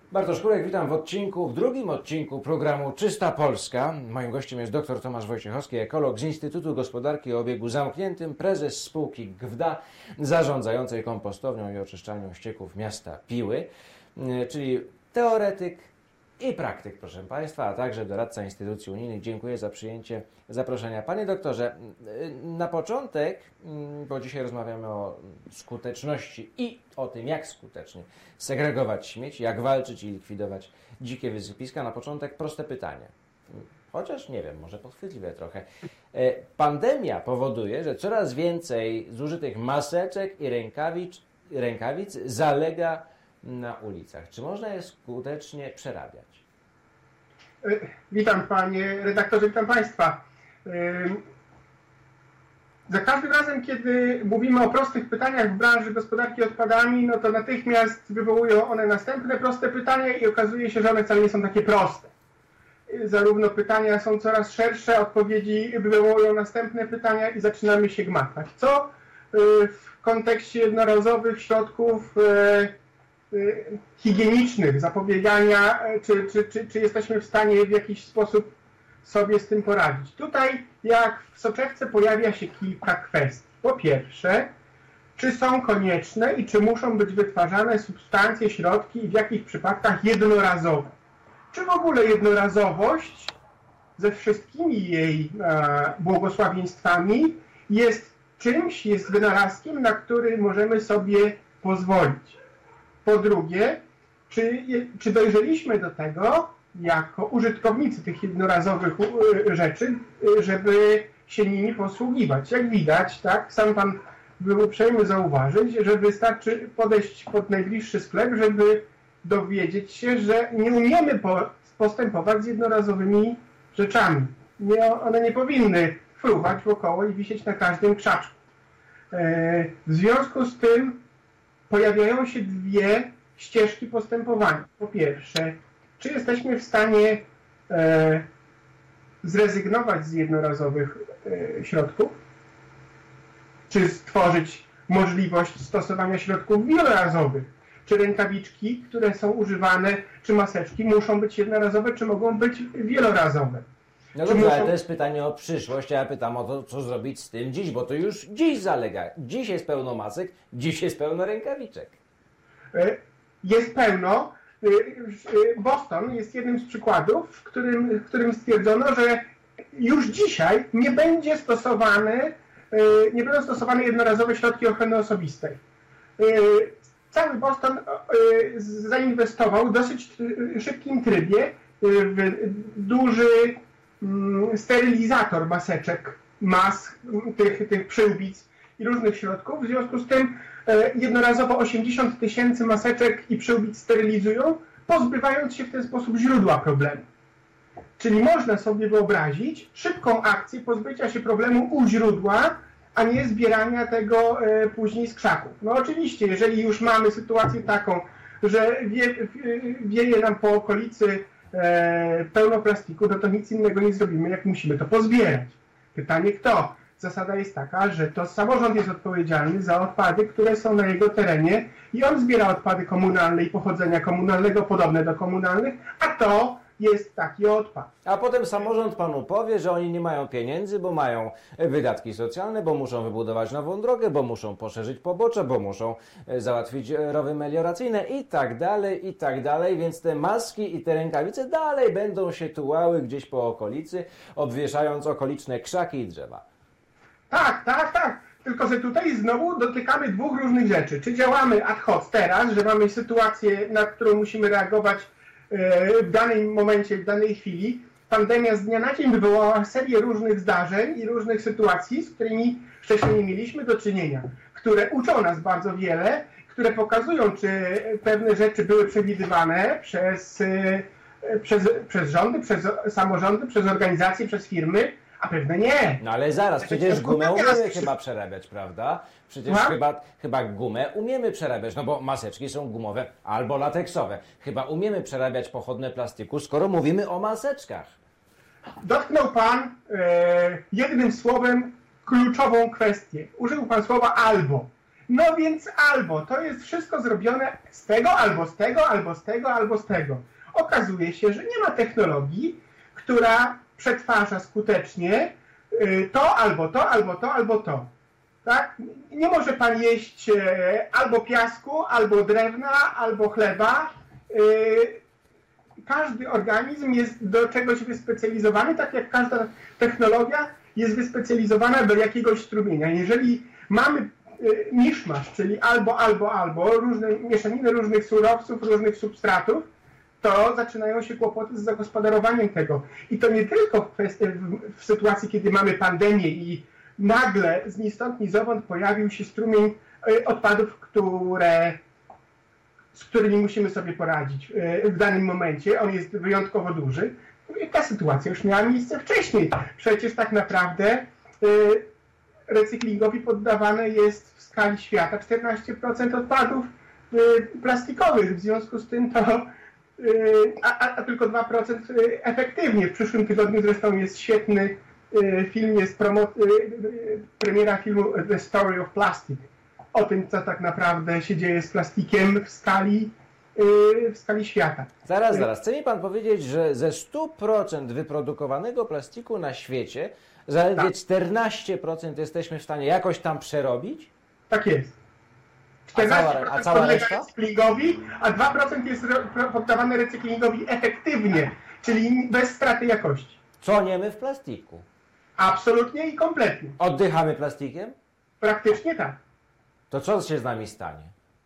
Bartosz Kurek, witam w drugim odcinku programu Czysta Polska. Moim gościem jest dr Tomasz Wojciechowski, ekolog z Instytutu Gospodarki o Obiegu Zamkniętym, prezes spółki GWDA zarządzającej kompostownią i oczyszczalnią ścieków miasta Piły, czyli teoretyk i praktyk, proszę Państwa, a także doradca instytucji unijnych. Dziękuję za przyjęcie zaproszenia. Panie doktorze, na początek, bo dzisiaj rozmawiamy o skuteczności i o tym, jak skutecznie segregować śmieci, jak walczyć i likwidować dzikie wysypiska. Na początek proste pytanie, chociaż nie wiem, może podchwytliwe trochę. Pandemia powoduje, że coraz więcej zużytych maseczek i rękawic zalega na ulicach. Czy można je skutecznie przerabiać? Witam panie redaktorze, witam państwa. Za każdym razem, kiedy mówimy o prostych pytaniach w branży gospodarki odpadami, no to natychmiast wywołują one następne proste pytania i okazuje się, że one wcale nie są takie proste. Zarówno pytania są coraz szersze, odpowiedzi wywołują następne pytania i zaczynamy się gmatwać. Co w kontekście jednorazowych środków higienicznych, zapobiegania, czy jesteśmy w stanie w jakiś sposób sobie z tym poradzić. Tutaj, jak w soczewce, pojawia się kilka kwestii. Po pierwsze, czy są konieczne i czy muszą być wytwarzane substancje, środki i w jakich przypadkach jednorazowe. Czy w ogóle jednorazowość ze wszystkimi jej błogosławieństwami jest czymś, jest wynalazkiem, na który możemy sobie pozwolić. Po drugie, czy dojrzeliśmy do tego, jako użytkownicy tych jednorazowych rzeczy, żeby się nimi posługiwać. Jak widać, tak, sam pan był uprzejmy zauważyć, że wystarczy podejść pod najbliższy sklep, żeby dowiedzieć się, że nie umiemy postępować z jednorazowymi rzeczami. One nie powinny fruwać wokoło i wisieć na każdym krzaczku. W związku z tym pojawiają się dwie ścieżki postępowania. Po pierwsze, czy jesteśmy w stanie zrezygnować z jednorazowych środków? Czy stworzyć możliwość stosowania środków wielorazowych? Czy rękawiczki, które są używane, czy maseczki muszą być jednorazowe, czy mogą być wielorazowe? No dobrze, ale to jest pytanie o przyszłość, a ja pytam o to, co zrobić z tym dziś, bo to już dziś zalega. Dziś jest pełno masek, dziś jest pełno rękawiczek. Jest pełno. Boston jest jednym z przykładów, w którym stwierdzono, że już dzisiaj nie będą stosowane jednorazowe środki ochrony osobistej. Cały Boston zainwestował w dosyć szybkim trybie w duży sterylizator maseczek, mask, tych przyłbic i różnych środków. W związku z tym jednorazowo 80 000 maseczek i przyłbic sterylizują, pozbywając się w ten sposób źródła problemu. Czyli można sobie wyobrazić szybką akcję pozbycia się problemu u źródła, a nie zbierania tego później z krzaków. No oczywiście, jeżeli już mamy sytuację taką, że wieje nam po okolicy pełno plastiku, no to nic innego nie zrobimy, jak musimy to pozbierać. Pytanie kto? Zasada jest taka, że to samorząd jest odpowiedzialny za odpady, które są na jego terenie i on zbiera odpady komunalne i pochodzenia komunalnego, podobne do komunalnych, a to jest taki odpad. A potem samorząd panu powie, że oni nie mają pieniędzy, bo mają wydatki socjalne, bo muszą wybudować nową drogę, bo muszą poszerzyć pobocze, bo muszą załatwić rowy melioracyjne i tak dalej, więc te maski i te rękawice dalej będą się tułały gdzieś po okolicy, obwieszając okoliczne krzaki i drzewa. Tak. Tylko że tutaj znowu dotykamy dwóch różnych rzeczy. Czy działamy ad hoc teraz, że mamy sytuację, na którą musimy reagować w danym momencie, w danej chwili. Pandemia z dnia na dzień wywołała serię różnych zdarzeń i różnych sytuacji, z którymi wcześniej nie mieliśmy do czynienia, które uczą nas bardzo wiele, które pokazują, czy pewne rzeczy były przewidywane przez rządy, przez samorządy, przez organizacje, przez firmy, a pewne nie. No ale zaraz, przecież gumę umiemy chyba przerabiać, prawda? Przecież chyba gumę umiemy przerabiać, no bo maseczki są gumowe albo lateksowe. Chyba umiemy przerabiać pochodne plastiku, skoro mówimy o maseczkach. Dotknął pan jednym słowem kluczową kwestię. Użył pan słowa albo. No więc albo to jest wszystko zrobione z tego, albo z tego, albo z tego, albo z tego. Okazuje się, że nie ma technologii, która przetwarza skutecznie to, albo to, albo to, albo to. Tak? Nie może pan jeść albo piasku, albo drewna, albo chleba. Każdy organizm jest do czegoś wyspecjalizowany, tak jak każda technologia jest wyspecjalizowana do jakiegoś strumienia. Jeżeli mamy miszmasz, czyli albo, mieszaniny różnych surowców, różnych substratów, to zaczynają się kłopoty z zagospodarowaniem tego. I to nie tylko w sytuacji, kiedy mamy pandemię i nagle ni stąd, ni zowąd pojawił się strumień odpadów, z którymi musimy sobie poradzić w danym momencie. On jest wyjątkowo duży. Ta sytuacja już miała miejsce wcześniej. Przecież tak naprawdę recyklingowi poddawane jest w skali świata 14% odpadów plastikowych. W związku z tym to a tylko 2% efektywnie. W przyszłym tygodniu zresztą jest świetny film, jest premiera filmu The Story of Plastic. O tym, co tak naprawdę się dzieje z plastikiem w skali świata. Zaraz. Chce mi pan powiedzieć, że ze 100% wyprodukowanego plastiku na świecie zaledwie 14% jesteśmy w stanie jakoś tam przerobić? Tak jest. 14% a cała reszta? Recyklingowi, a 2% jest poddawane recyklingowi efektywnie, czyli bez straty jakości. Toniemy w plastiku. Absolutnie i kompletnie. Oddychamy plastikiem? Praktycznie tak. To co się z nami stanie?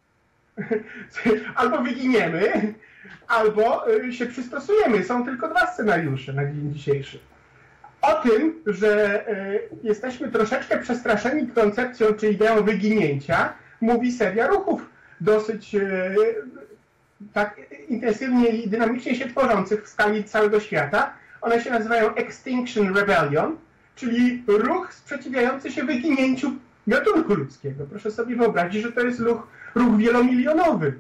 Albo wyginiemy, albo się przystosujemy. Są tylko dwa scenariusze na dzień dzisiejszy. O tym, że jesteśmy troszeczkę przestraszeni koncepcją czy ideą wyginięcia, mówi seria ruchów dosyć tak intensywnie i dynamicznie się tworzących w skali całego świata. One się nazywają Extinction Rebellion, czyli ruch sprzeciwiający się wyginięciu gatunku ludzkiego. Proszę sobie wyobrazić, że to jest ruch wielomilionowy.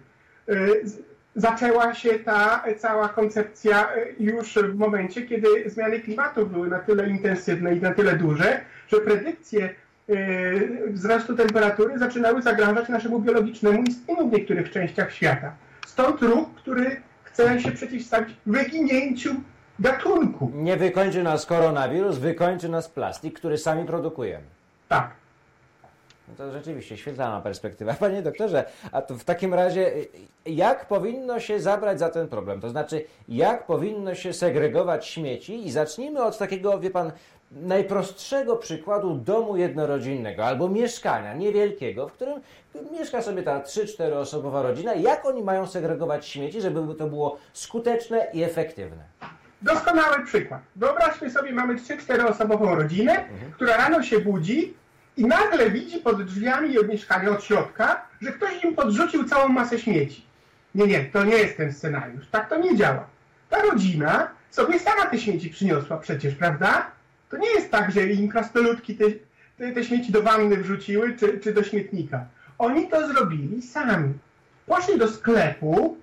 Zaczęła się ta cała koncepcja już w momencie, kiedy zmiany klimatu były na tyle intensywne i na tyle duże, że predykcje wzrostu temperatury zaczynały zagrażać naszemu biologicznemu istnieniu w niektórych częściach świata. Stąd ruch, który chce się przeciwstawić wyginięciu gatunku. Nie wykończy nas koronawirus, wykończy nas plastik, który sami produkujemy. Tak. No to rzeczywiście świetlana perspektywa. Panie doktorze, a to w takim razie jak powinno się zabrać za ten problem? To znaczy, jak powinno się segregować śmieci? I zacznijmy od takiego, wie pan, najprostszego przykładu domu jednorodzinnego albo mieszkania niewielkiego, w którym mieszka sobie ta 3-4 osobowa rodzina. Jak oni mają segregować śmieci, żeby to było skuteczne i efektywne? Doskonały przykład. Wyobraźmy sobie, mamy 3-4 osobową rodzinę, która rano się budzi i nagle widzi pod drzwiami mieszkania od środka, że ktoś im podrzucił całą masę śmieci. Nie, to nie jest ten scenariusz. Tak to nie działa. Ta rodzina sobie sama te śmieci przyniosła przecież, prawda? To nie jest tak, że im krasnoludki te śmieci do wanny wrzuciły czy do śmietnika. Oni to zrobili sami. Poszli do sklepu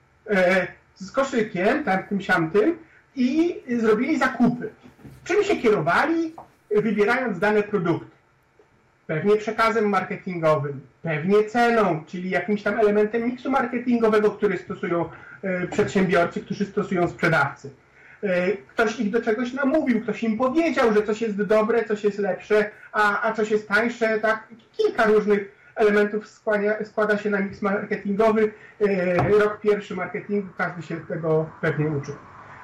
z koszykiem, tamtym, siamtym i zrobili zakupy. Czym się kierowali, wybierając dane produkty? Pewnie przekazem marketingowym, pewnie ceną, czyli jakimś tam elementem miksu marketingowego, który stosują przedsiębiorcy, którzy stosują sprzedawcy. Ktoś ich do czegoś namówił, ktoś im powiedział, że coś jest dobre, coś jest lepsze, a coś jest tańsze. Tak? Kilka różnych elementów składa się na miks marketingowy. Rok pierwszy marketingu, każdy się tego pewnie uczył.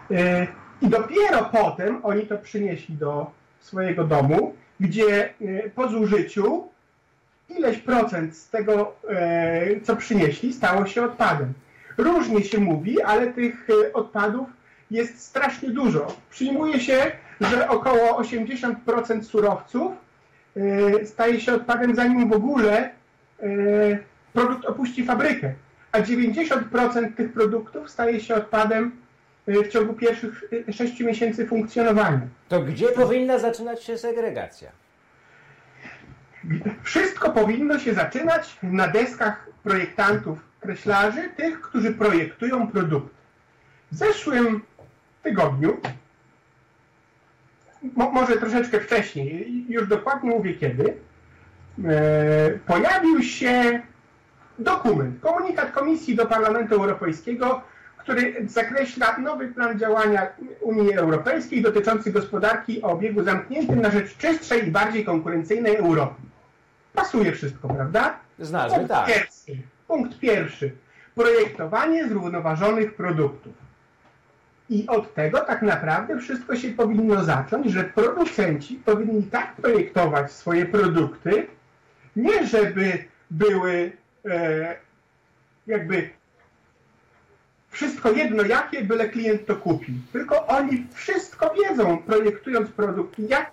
I dopiero potem oni to przynieśli do swojego domu, gdzie po zużyciu ileś procent z tego, co przynieśli, stało się odpadem. Różnie się mówi, ale tych odpadów jest strasznie dużo. Przyjmuje się, że około 80% surowców staje się odpadem, zanim w ogóle produkt opuści fabrykę, a 90% tych produktów staje się odpadem w ciągu pierwszych 6 miesięcy funkcjonowania. To gdzie powinna zaczynać się segregacja? Wszystko powinno się zaczynać na deskach projektantów, kreślarzy, tych, którzy projektują produkty. W zeszłym tygodniu, może troszeczkę wcześniej, już dokładnie mówię kiedy, pojawił się dokument, komunikat Komisji do Parlamentu Europejskiego, który zakreśla nowy plan działania Unii Europejskiej dotyczący gospodarki o obiegu zamkniętym na rzecz czystszej i bardziej konkurencyjnej Europy. Pasuje wszystko, prawda? Z nazwy, tak. Punkt pierwszy. Projektowanie zrównoważonych produktów. I od tego tak naprawdę wszystko się powinno zacząć, że producenci powinni tak projektować swoje produkty, nie żeby były jakby wszystko jedno jakie, byle klient to kupi. Tylko oni wszystko wiedzą, projektując produkt, jak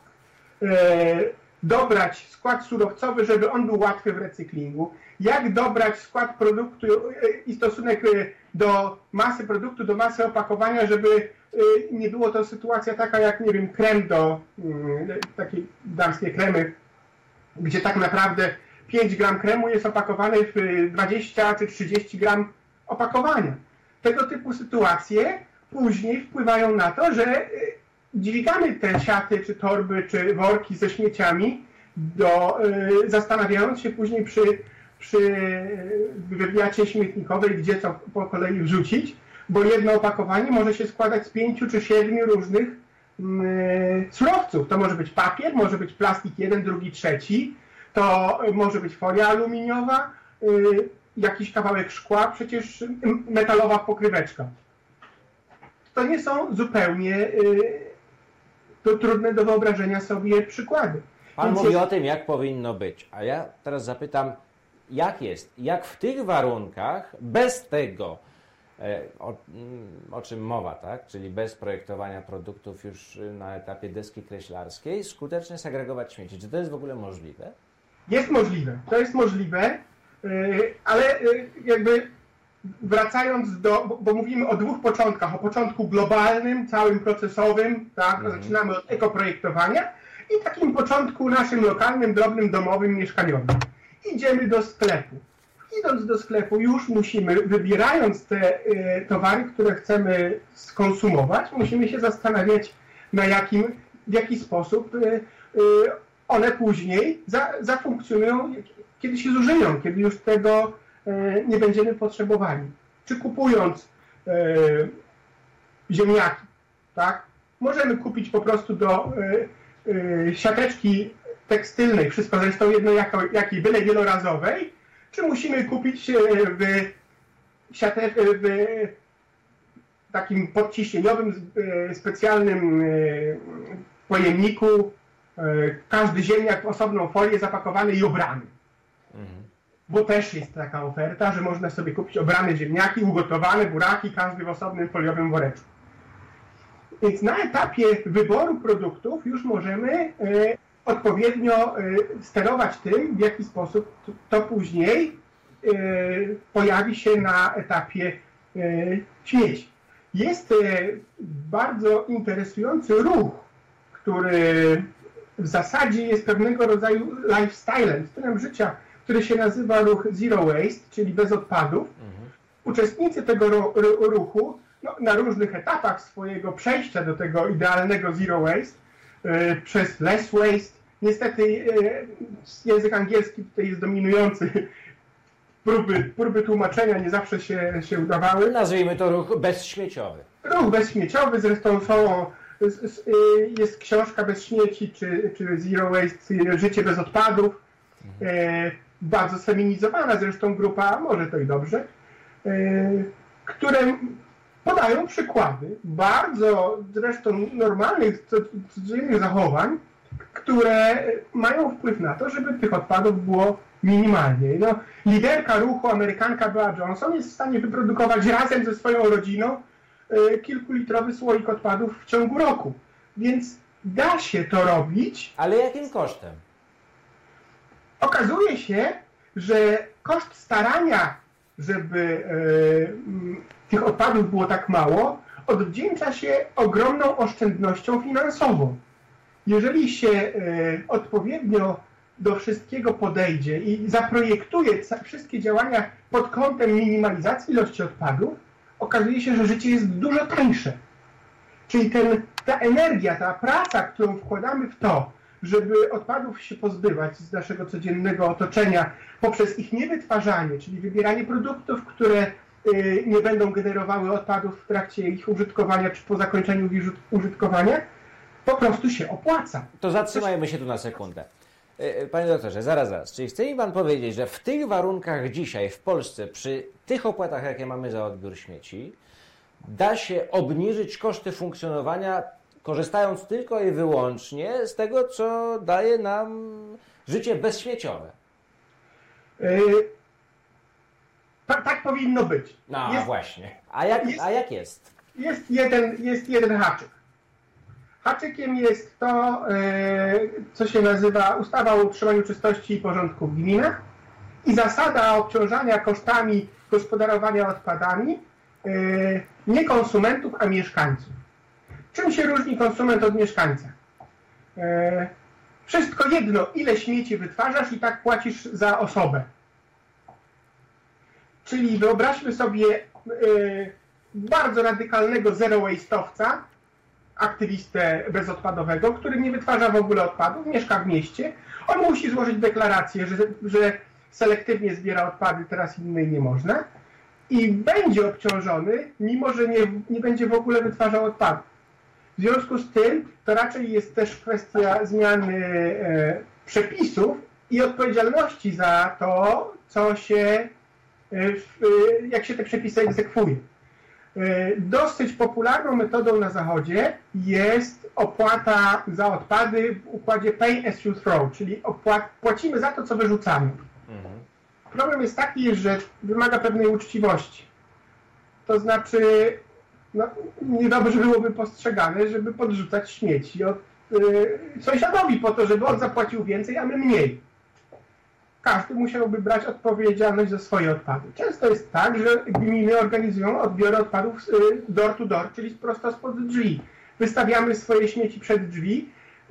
dobrać skład surowcowy, żeby on był łatwy w recyklingu, jak dobrać skład produktu i stosunek do masy produktu, do masy opakowania, żeby nie było to sytuacja taka jak, nie wiem, krem takie damskie kremy, gdzie tak naprawdę 5 gram kremu jest opakowany w 20 czy 30 gram opakowania. Tego typu sytuacje później wpływają na to, że dźwigamy te siaty, czy torby, czy worki ze śmieciami, zastanawiając się później przy wywiacie śmietnikowej, gdzie co po kolei wrzucić, bo jedno opakowanie może się składać z 5 czy 7 różnych surowców. To może być papier, może być plastik jeden, drugi, trzeci, to może być folia aluminiowa, jakiś kawałek szkła, przecież metalowa pokryweczka. To nie są zupełnie to trudne do wyobrażenia sobie przykłady. Pan mówi o tym, jak powinno być, a ja teraz zapytam, jak jest? Jak w tych warunkach, bez tego, o czym mowa, tak? Czyli bez projektowania produktów już na etapie deski kreślarskiej, skutecznie segregować śmieci? Czy to jest w ogóle możliwe? Jest możliwe. To jest możliwe, ale jakby wracając bo mówimy o dwóch początkach. O początku globalnym, całym procesowym, tak? Zaczynamy od ekoprojektowania i takim początku naszym lokalnym, drobnym, domowym, mieszkaniowym. Idziemy do sklepu. Idąc do sklepu już musimy, wybierając te towary, które chcemy skonsumować, musimy się zastanawiać, w jaki sposób one później zafunkcjonują, kiedy się zużyją, kiedy już tego nie będziemy potrzebowali. Czy kupując ziemniaki, tak? Możemy kupić po prostu do siateczki tekstylnej, wszystko zresztą jedno jakiej, byle wielorazowej, czy musimy kupić w takim podciśnieniowym, specjalnym pojemniku każdy ziemniak w osobną folię zapakowany i obrany. Bo też jest taka oferta, że można sobie kupić obrane ziemniaki, ugotowane buraki, każdy w osobnym foliowym woreczku. Więc na etapie wyboru produktów już możemy odpowiednio sterować tym, w jaki sposób to później pojawi się na etapie śmieci. Jest bardzo interesujący ruch, który w zasadzie jest pewnego rodzaju lifestylem, stylem życia, który się nazywa ruch Zero Waste, czyli bez odpadów. Uczestnicy tego ruchu na różnych etapach swojego przejścia do tego idealnego Zero Waste przez Less Waste. Niestety język angielski tutaj jest dominujący. Próby tłumaczenia nie zawsze się udawały. Nazwijmy to ruch bezśmieciowy. Ruch bezśmieciowy, zresztą jest książka Bez śmieci, czy Zero Waste, Życie bez odpadów. Bardzo sfeminizowana zresztą grupa, może to i dobrze, które podają przykłady bardzo zresztą normalnych, codziennych zachowań, które mają wpływ na to, żeby tych odpadów było minimalnie. No, liderka ruchu, Amerykanka Bea Johnson, jest w stanie wyprodukować razem ze swoją rodziną kilkulitrowy słoik odpadów w ciągu roku. Więc da się to robić. Ale jakim kosztem? Okazuje się, że koszt starania, żeby tych odpadów było tak mało, odwdzięcza się ogromną oszczędnością finansową. Jeżeli się odpowiednio do wszystkiego podejdzie i zaprojektuje wszystkie działania pod kątem minimalizacji ilości odpadów, okazuje się, że życie jest dużo tańsze. Czyli ta energia, ta praca, którą wkładamy w to, żeby odpadów się pozbywać z naszego codziennego otoczenia poprzez ich niewytwarzanie, czyli wybieranie produktów, które nie będą generowały odpadów w trakcie ich użytkowania czy po zakończeniu ich użytkowania, po prostu się opłaca. To zatrzymajmy się tu na sekundę. Panie doktorze, zaraz. Czyli chce mi pan powiedzieć, że w tych warunkach dzisiaj w Polsce, przy tych opłatach, jakie mamy za odbiór śmieci, da się obniżyć koszty funkcjonowania, korzystając tylko i wyłącznie z tego, co daje nam życie bezśmieciowe? Tak powinno być. No jest, właśnie. A jak jest? Jest jeden haczyk. Haczykiem jest to, co się nazywa ustawa o utrzymaniu czystości i porządku w gminach i zasada obciążania kosztami gospodarowania odpadami nie konsumentów, a mieszkańców. Czym się różni konsument od mieszkańca? Wszystko jedno, ile śmieci wytwarzasz i tak płacisz za osobę. Czyli wyobraźmy sobie bardzo radykalnego zero waste'owca, aktywistę bezodpadowego, który nie wytwarza w ogóle odpadów, mieszka w mieście. On musi złożyć deklarację, że selektywnie zbiera odpady, teraz innej nie można i będzie obciążony, mimo że nie będzie w ogóle wytwarzał odpadów. W związku z tym to raczej jest też kwestia zmiany przepisów i odpowiedzialności za to, jak się te przepisy egzekwuje. Dosyć popularną metodą na Zachodzie jest opłata za odpady w układzie pay as you throw, czyli płacimy za to, co wyrzucamy. Problem jest taki, że wymaga pewnej uczciwości. To znaczy, niedobrze byłoby postrzegane, żeby podrzucać śmieci sąsiadowi po to, żeby on zapłacił więcej, a my mniej. Każdy musiałby brać odpowiedzialność za swoje odpady. Często jest tak, że gminy organizują odbiory odpadów door to door, czyli prosto spod drzwi. Wystawiamy swoje śmieci przed drzwi.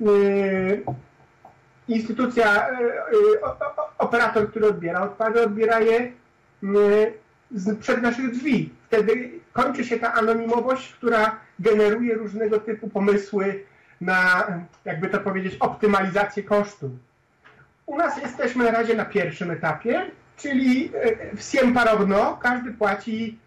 Instytucja, operator, który odbiera odpady, odbiera je przed naszych drzwi. Wtedy kończy się ta anonimowość, która generuje różnego typu pomysły na, jakby to powiedzieć, optymalizację kosztów. U nas jesteśmy na razie na pierwszym etapie, czyli wsiem parowno, każdy płaci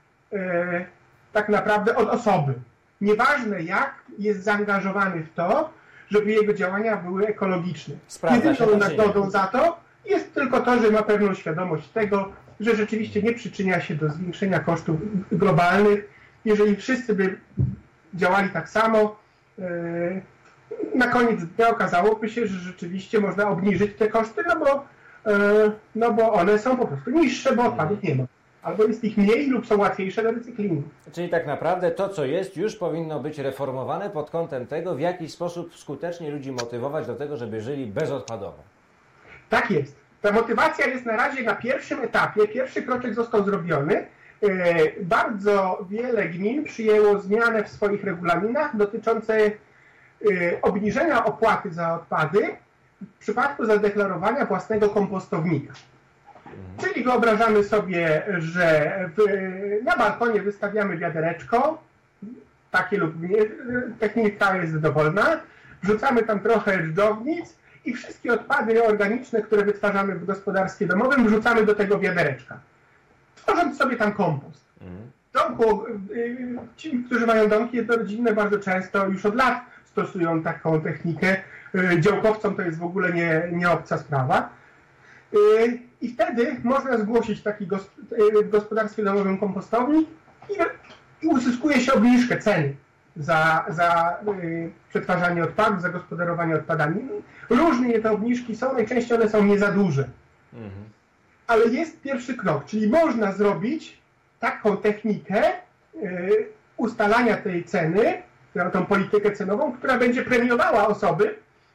tak naprawdę od osoby. Nieważne jak jest zaangażowany w to, żeby jego działania były ekologiczne. Jedyną nagrodą za to jest tylko to, że ma pewną świadomość tego, że rzeczywiście nie przyczynia się do zwiększenia kosztów globalnych. Jeżeli wszyscy by działali tak samo, na koniec dnia okazałoby się, że rzeczywiście można obniżyć te koszty, no bo one są po prostu niższe, bo odpadów nie ma. Albo jest ich mniej lub są łatwiejsze do recyklingu. Czyli tak naprawdę to, co jest, już powinno być reformowane pod kątem tego, w jaki sposób skutecznie ludzi motywować do tego, żeby żyli bezodpadowo. Tak jest. Ta motywacja jest na razie na pierwszym etapie. Pierwszy kroczek został zrobiony. Bardzo wiele gmin przyjęło zmianę w swoich regulaminach dotyczące obniżenia opłaty za odpady w przypadku zadeklarowania własnego kompostownika. Czyli wyobrażamy sobie, że na balkonie wystawiamy wiadereczko, takie lub nie, technika jest dowolna, wrzucamy tam trochę dżdżownic i wszystkie odpady organiczne, które wytwarzamy w gospodarstwie domowym, wrzucamy do tego wiadereczka, tworząc sobie tam kompost. W domku, ci, którzy mają domki jednorodzinne, bardzo często już od lat stosują taką technikę. Działkowcom to jest w ogóle nie obca sprawa. I wtedy można zgłosić taki w gospodarstwie domowym kompostownik i uzyskuje się obniżkę ceny za przetwarzanie odpadów, za gospodarowanie odpadami. Różnie te obniżki są, najczęściej one są nie za duże. Ale jest pierwszy krok, czyli można zrobić taką technikę ustalania tej ceny, tą politykę cenową, która będzie premiowała osoby,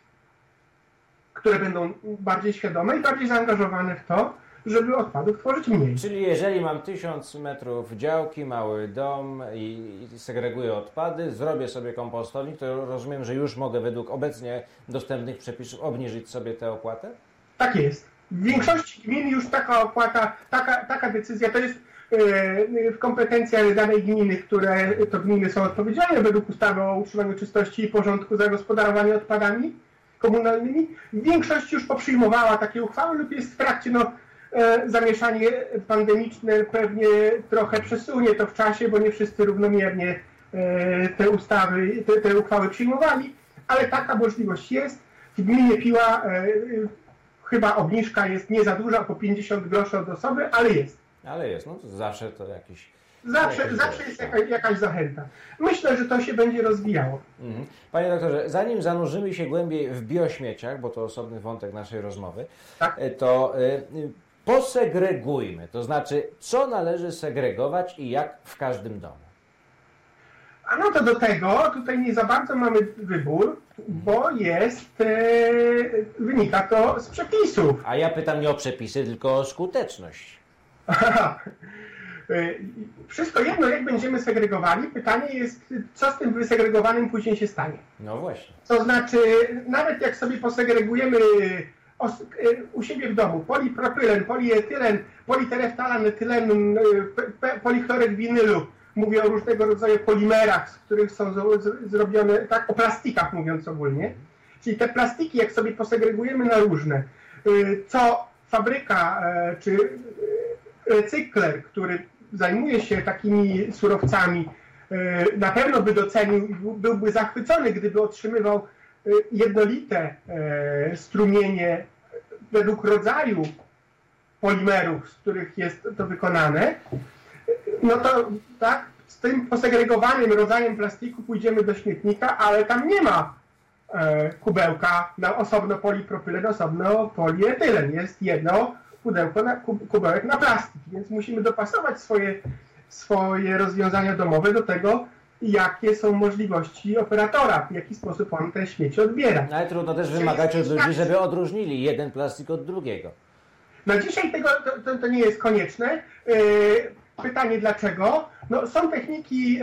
które będą bardziej świadome i bardziej zaangażowane w to, żeby odpadów tworzyć mniej. Czyli jeżeli mam 1000 metrów działki, mały dom i segreguję odpady, zrobię sobie kompostownik, to rozumiem, że już mogę według obecnie dostępnych przepisów obniżyć sobie tę opłatę? Tak jest. W większości gmin już taka opłata, taka decyzja to jest w kompetencjach danej gminy, które to gminy są odpowiedzialne według ustawy o utrzymaniu czystości i porządku za gospodarowanie odpadami. komunalnymi. Większość już poprzyjmowała takie uchwały lub jest w trakcie. Zamieszanie pandemiczne pewnie trochę przesunie to w czasie, bo nie wszyscy równomiernie te uchwały przyjmowali, ale taka możliwość jest. W gminie Piła chyba obniżka jest nie za duża, po 50 groszy od osoby, ale jest. Ale jest, no to zawsze to jakiś... Zawsze jest jakaś zachęta. Myślę, że to się będzie rozwijało. Panie doktorze, zanim zanurzymy się głębiej w biośmieciach, bo to osobny wątek naszej rozmowy, tak, to posegregujmy, to znaczy co należy segregować i jak w każdym domu. A no to do tego tutaj nie za bardzo mamy wybór, bo wynika to z przepisów. A ja pytam nie o przepisy, tylko o skuteczność. Wszystko jedno, jak będziemy segregowali, pytanie jest, co z tym wysegregowanym później się stanie. No właśnie. To znaczy, nawet jak sobie posegregujemy u siebie w domu polipropylen, polietylen, politereftalan, etylen, polichlorek winylu, mówię o różnego rodzaju polimerach, z których są zrobione, tak, o plastikach mówiąc ogólnie. Czyli te plastiki, jak sobie posegregujemy na różne, co fabryka czy recykler, który zajmuje się takimi surowcami, na pewno by docenił i byłby zachwycony, gdyby otrzymywał jednolite strumienie według rodzaju polimerów, z których jest to wykonane. No to tak, z tym posegregowanym rodzajem plastiku pójdziemy do śmietnika, ale tam nie ma kubełka na osobno polipropylen, osobno polietylen. Jest jedno kubełek na plastik, więc musimy dopasować swoje rozwiązania domowe do tego, jakie są możliwości operatora, w jaki sposób on te śmieci odbiera. Ale trudno też wymagać od ludzi, żeby odróżnili jeden plastik od drugiego. No dzisiaj to nie jest konieczne. Pytanie dlaczego? No, są techniki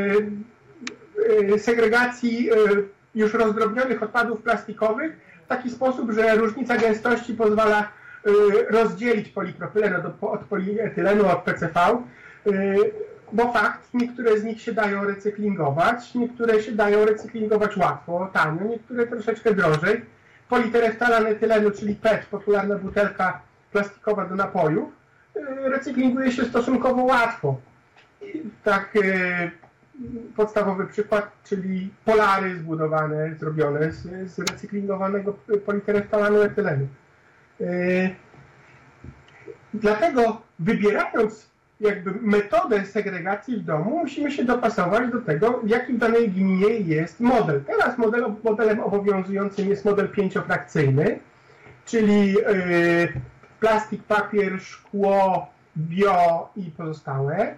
segregacji już rozdrobnionych odpadów plastikowych w taki sposób, że różnica gęstości pozwala rozdzielić polipropylen od polietylenu, od PCV, bo fakt, niektóre z nich się dają recyklingować, niektóre się dają recyklingować łatwo, tanio, niektóre troszeczkę drożej. Politereftalan etylenu, czyli PET, popularna butelka plastikowa do napojów, recyklinguje się stosunkowo łatwo. Tak, podstawowy przykład, czyli polary zrobione z recyklingowanego politereftalanu etylenu. Dlatego wybierając jakby metodę segregacji w domu, musimy się dopasować do tego, jaki w danej gminie jest model. Teraz modelem obowiązującym jest model 5-frakcyjny, czyli plastik, papier, szkło, bio i pozostałe,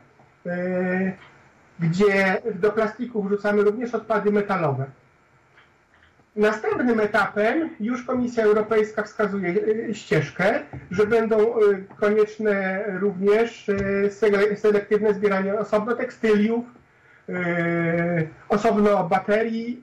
gdzie do plastiku wrzucamy również odpady metalowe. Następnym etapem już Komisja Europejska wskazuje ścieżkę, że będą konieczne również selektywne zbieranie osobno tekstyliów, osobno baterii,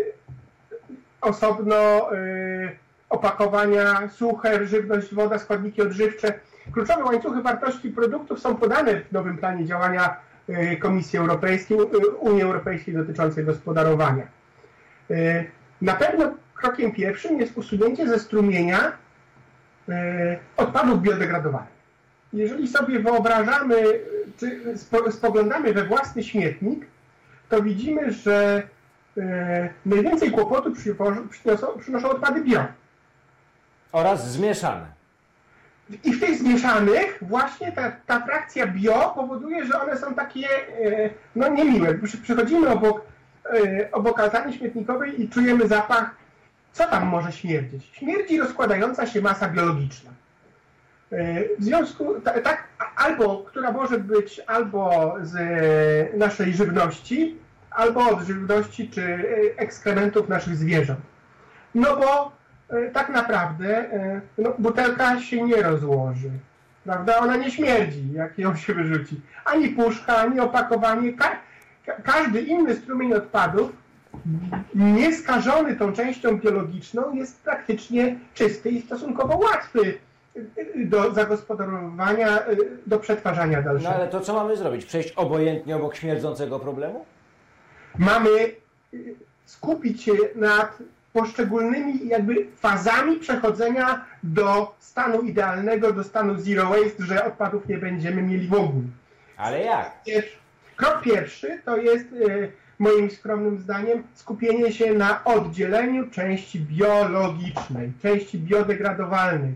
osobno opakowania suche, żywność, woda, składniki odżywcze. Kluczowe łańcuchy wartości produktów są podane w nowym planie działania Komisji Europejskiej, Unii Europejskiej dotyczącej gospodarowania. Na pewno krokiem pierwszym jest usunięcie ze strumienia odpadów biodegradowalnych. Jeżeli sobie wyobrażamy, czy spoglądamy we własny śmietnik, to widzimy, że najwięcej kłopotu przynoszą odpady bio. Oraz zmieszane. I w tych zmieszanych właśnie ta frakcja bio powoduje, że one są takie no niemiłe. Przychodzimy obok altany śmietnikowej i czujemy zapach, co tam może śmierdzieć. Śmierdzi rozkładająca się masa biologiczna. W związku, tak, która może być albo z naszej żywności, albo od żywności czy ekskrementów naszych zwierząt. No bo tak naprawdę butelka się nie rozłoży, prawda? Ona nie śmierdzi, jak ją się wyrzuci. Ani puszka, ani opakowanie. Każdy inny strumień odpadów, nieskażony tą częścią biologiczną, jest praktycznie czysty i stosunkowo łatwy do zagospodarowania, do przetwarzania dalszego. No ale to co mamy zrobić? Przejść obojętnie obok śmierdzącego problemu? Mamy skupić się nad poszczególnymi jakby fazami przechodzenia do stanu idealnego, do stanu zero waste, że odpadów nie będziemy mieli w ogóle. Ale jak? Krok pierwszy to jest moim skromnym zdaniem skupienie się na oddzieleniu części biologicznej, części biodegradowalnej.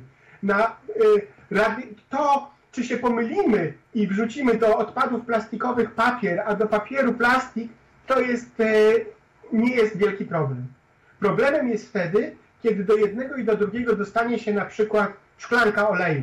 To, czy się pomylimy i wrzucimy do odpadów plastikowych papier, a do papieru plastik, to nie jest wielki problem. Problemem jest wtedy, kiedy do jednego i do drugiego dostanie się na przykład szklanka oleju,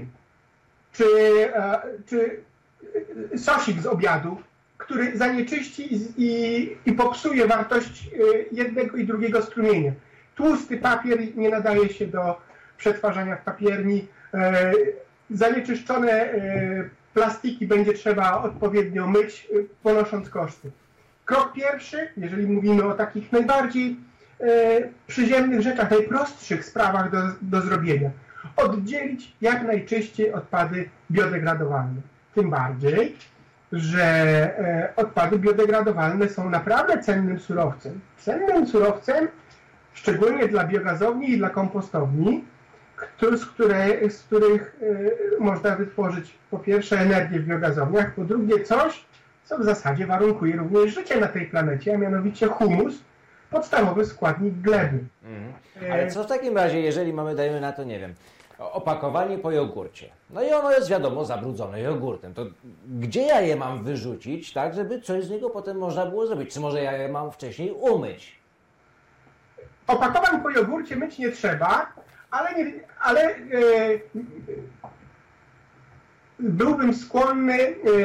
czy sosik z obiadu, który zanieczyści i popsuje wartość jednego i drugiego strumienia. Tłusty papier nie nadaje się do przetwarzania w papierni. Zanieczyszczone plastiki będzie trzeba odpowiednio myć, ponosząc koszty. Krok pierwszy, jeżeli mówimy o takich najbardziej przyziemnych rzeczach, najprostszych sprawach do zrobienia. Oddzielić jak najczyściej odpady biodegradowalne. Tym bardziej, że odpady biodegradowalne są naprawdę cennym surowcem. Cennym surowcem, szczególnie dla biogazowni i dla kompostowni, z których można wytworzyć po pierwsze energię w biogazowniach, po drugie coś, co w zasadzie warunkuje również życie na tej planecie, a mianowicie humus, podstawowy składnik gleby. Ale co w takim razie, jeżeli mamy, dajmy na to, nie wiem, opakowanie po jogurcie. No i ono jest, wiadomo, zabrudzone jogurtem. To gdzie ja je mam wyrzucić, tak, żeby coś z niego potem można było zrobić? Czy może ja je mam wcześniej umyć? Opakowań po jogurcie myć nie trzeba, ale byłbym skłonny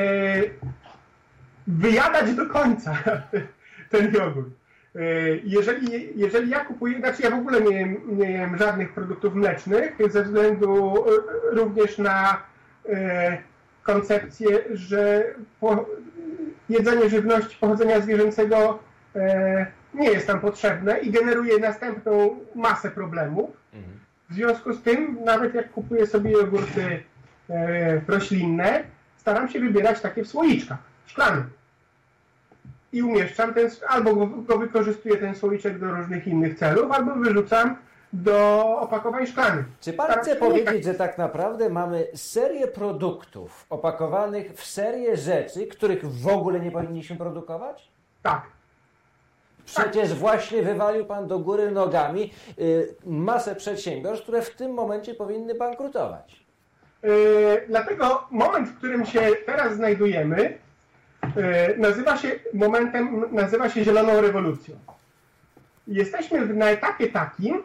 wyjadać do końca ten jogurt. Jeżeli ja kupuję, znaczy ja w ogóle nie jem żadnych produktów mlecznych, ze względu również na koncepcję, że jedzenie żywności pochodzenia zwierzęcego nie jest tam potrzebne i generuje następną masę problemów. W związku z tym, nawet jak kupuję sobie jogurty roślinne, staram się wybierać takie w słoiczkach, szklanych. I umieszczam albo go wykorzystuję ten słoiczek do różnych innych celów, albo wyrzucam do opakowań szklanych. Czy pan chce powiedzieć, że tak naprawdę mamy serię produktów opakowanych w serię rzeczy, których w ogóle nie powinniśmy produkować? Tak. Przecież właśnie wywalił pan do góry nogami masę przedsiębiorstw, które w tym momencie powinny bankrutować. Dlatego moment, w którym się teraz znajdujemy, nazywa się zieloną rewolucją. Jesteśmy na etapie takim,